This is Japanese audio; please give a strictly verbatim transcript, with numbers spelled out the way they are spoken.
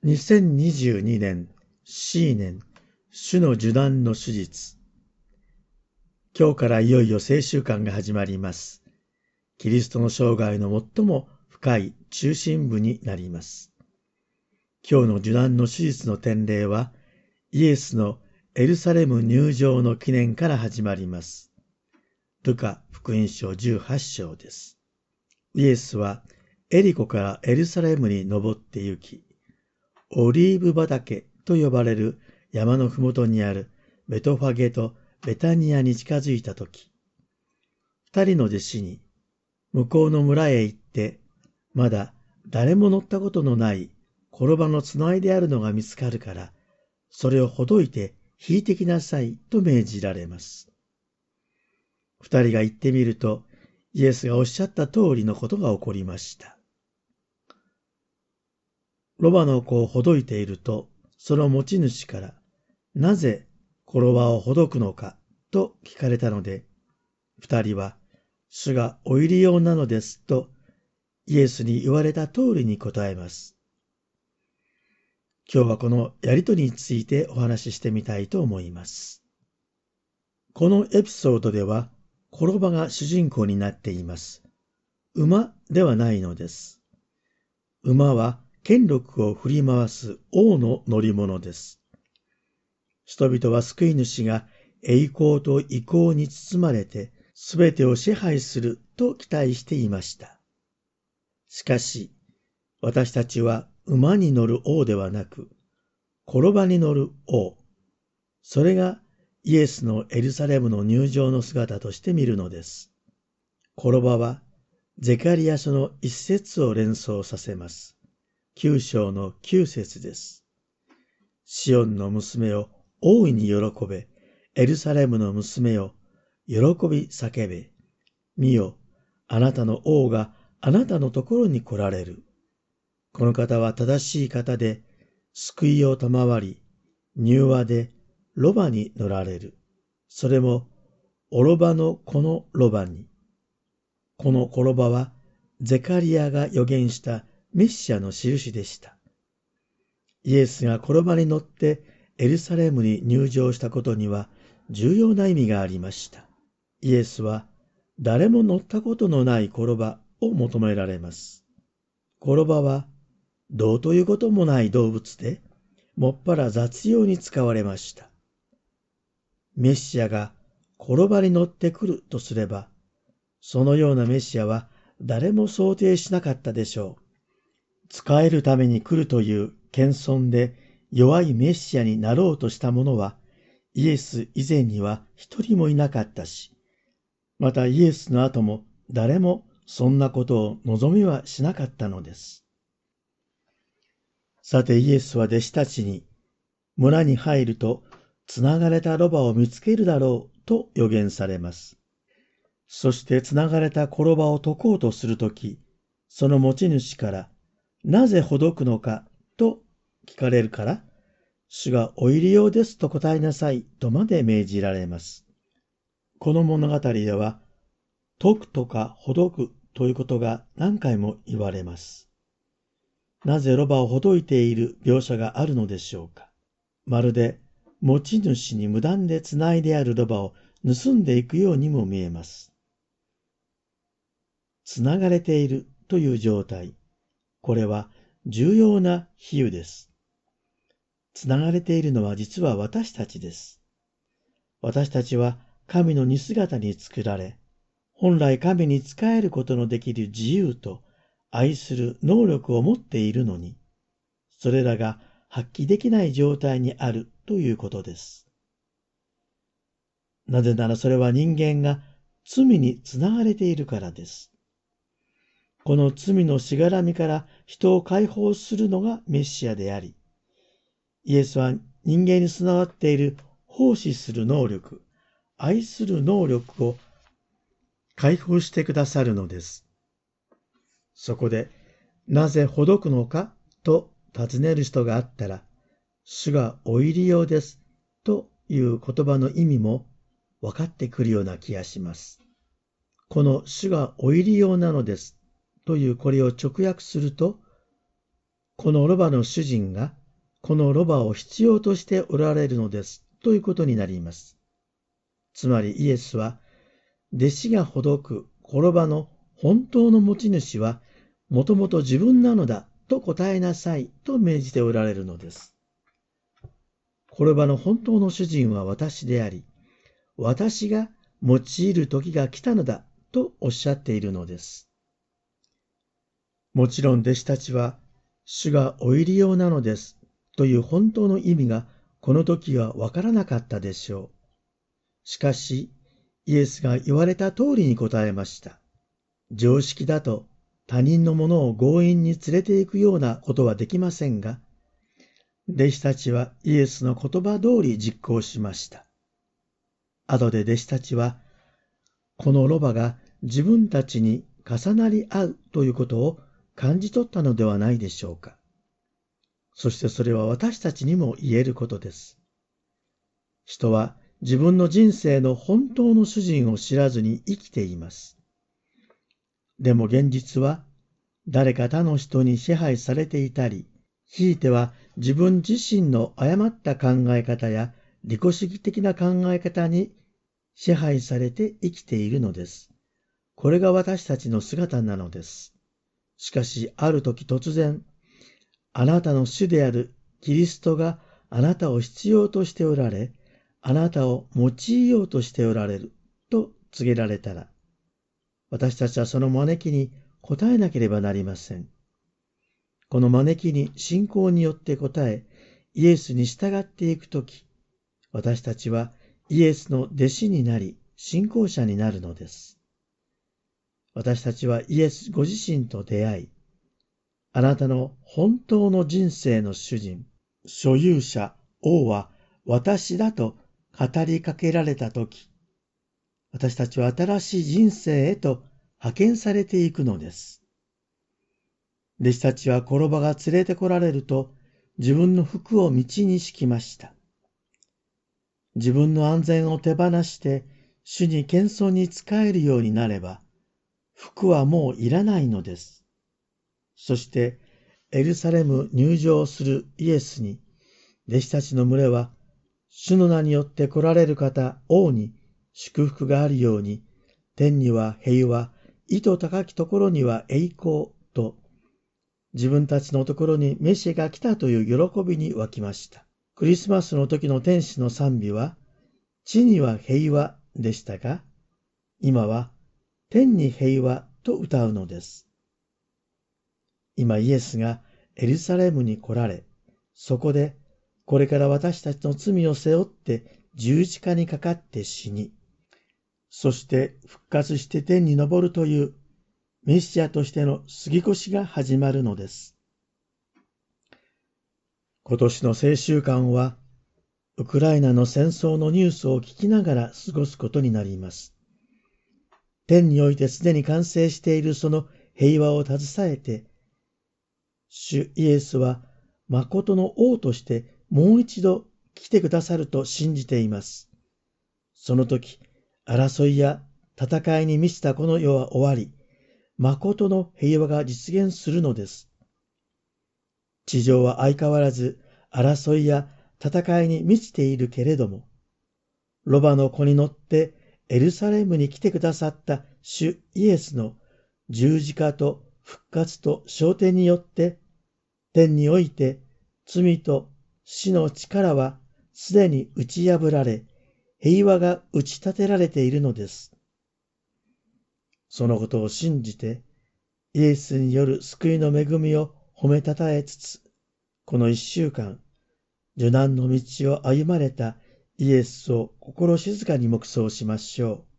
にせんにじゅうにねんシーネン主の受難の手術。今日からいよいよ聖週間が始まります。キリストの生涯の最も深い中心部になります。今日の受難の手術の典礼は、イエスのエルサレム入場の記念から始まります。ルカ福音書じゅうはち章です。イエスはエリコからエルサレムに登って行き、オリーブ畑と呼ばれる山のふもとにあるベトファゲとベタニアに近づいたとき、二人の弟子に、向こうの村へ行って、まだ誰も乗ったことのない転ばのつないであるのが見つかるから、それをほどいて引いてきなさいと命じられます。二人が行ってみると、イエスがおっしゃった通りのことが起こりました。ロバの子をほどいていると、その持ち主から、なぜ転ばをほどくのかと聞かれたので、二人は、主がお入り用なのですと、イエスに言われた通りに答えます。今日はこのやりとりについてお話ししてみたいと思います。このエピソードでは、転ばが主人公になっています。馬ではないのです。馬は権力を振り回す王の乗り物です。人々は救い主が栄光と意向に包まれてすべてを支配すると期待していました。しかし、私たちは馬に乗る王ではなく、転ばに乗る王。それがイエスのエルサレムの入場の姿として見るのです。転ばはゼカリヤ書の一節を連想させます。九章の九節です。シオンの娘を大いに喜べ、エルサレムの娘を喜び叫べ。見よ、あなたの王があなたのところに来られる。この方は正しい方で、救いを賜り、柔和でロバに乗られる。それも、おロバのこのロバに。この転ばは、ゼカリヤが予言したメシアの印でした。イエスが転ばに乗ってエルサレムに入場したことには重要な意味がありました。イエスは誰も乗ったことのない転ばを求められます。転ばはどうということもない動物で、もっぱら雑用に使われました。メシアが転ばに乗ってくるとすれば、そのようなメシアは誰も想定しなかったでしょう。使えるために来るという謙遜で弱いメシアになろうとした者は、イエス以前には一人もいなかったし、またイエスの後も誰もそんなことを望みはしなかったのです。さてイエスは弟子たちに、村に入るとつながれたロバを見つけるだろうと予言されます。そしてつながれた転ばを解こうとするとき、その持ち主から、なぜほどくのかと聞かれるから、主がお入り用ですと答えなさいとまで命じられます。この物語では、解くとかほどくということが何回も言われます。なぜロバをほどいている描写があるのでしょうか。まるで持ち主に無断でつないであるロバを盗んでいくようにも見えます。つながれているという状態。これは重要な比喩です。つながれているのは実は私たちです。私たちは神の似姿に作られ、本来神に仕えることのできる自由と愛する能力を持っているのに、それらが発揮できない状態にあるということです。なぜならそれは人間が罪につながれているからです。この罪のしがらみから人を解放するのがメシアであり、イエスは人間に備わっている奉仕する能力、愛する能力を解放してくださるのです。そこで、なぜほどくのかと尋ねる人があったら、主がお入り用ですという言葉の意味も分かってくるような気がします。この主がお入り用なのですというこれを直訳すると、 このロバの主人がこのロバを必要としておられるのですということになります。つまりイエスは、弟子がほどくこのロバの本当の持ち主はもともと自分なのだと答えなさいと命じておられるのです。このロバの本当の主人は私であり、私が用いる時が来たのだとおっしゃっているのです。もちろん弟子たちは、主がお入り用なのですという本当の意味がこの時はわからなかったでしょう。しかし、イエスが言われた通りに答えました。常識だと他人のものを強引に連れて行くようなことはできませんが、弟子たちはイエスの言葉通り実行しました。後で弟子たちは、このロバが自分たちに重なり合うということを感じ取ったのではないでしょうか。そしてそれは私たちにも言えることです。人は自分の人生の本当の主人を知らずに生きています。でも現実は誰か他の人に支配されていたり、ひいては自分自身の誤った考え方や利己主義的な考え方に支配されて生きているのです。これが私たちの姿なのです。しかしある時突然、あなたの主であるキリストがあなたを必要としておられ、あなたを用いようとしておられると告げられたら、私たちはその招きに応えなければなりません。この招きに信仰によって応え、イエスに従っていくとき、私たちはイエスの弟子になり、信仰者になるのです。私たちはイエスご自身と出会い、あなたの本当の人生の主人、所有者、王は私だと語りかけられたとき、私たちは新しい人生へと派遣されていくのです。弟子たちはこのロバが連れてこられると、自分の服を道に敷きました。自分の安全を手放して、主に謙遜に仕えるようになれば、服はもういらないのです。そして、エルサレム入場するイエスに、弟子たちの群れは、主の名によって来られる方、王に祝福があるように、天には平和、意図高きところには栄光と、自分たちのところにメシアが来たという喜びに沸きました。クリスマスの時の天使の賛美は、地には平和でしたが、今は天に平和と歌うのです。今イエスがエルサレムに来られ、そこでこれから私たちの罪を背負って十字架にかかって死に、そして復活して天に昇るというメシアとしての杉越が始まるのです。今年の聖週間は、ウクライナの戦争のニュースを聞きながら過ごすことになります。天においてすでに完成しているその平和を携えて、主イエスは誠の王としてもう一度来てくださると信じています。その時、争いや戦いに満ちたこの世は終わり、誠の平和が実現するのです。地上は相変わらず争いや戦いに満ちているけれども、ロバの子に乗ってエルサレムに来てくださった主イエスの十字架と復活と昇天によって、天において罪と死の力はすでに打ち破られ、平和が打ち立てられているのです。そのことを信じて、イエスによる救いの恵みを褒めたたえつつ、この一週間、受難の道を歩まれたイエスを心静かに黙想しましょう。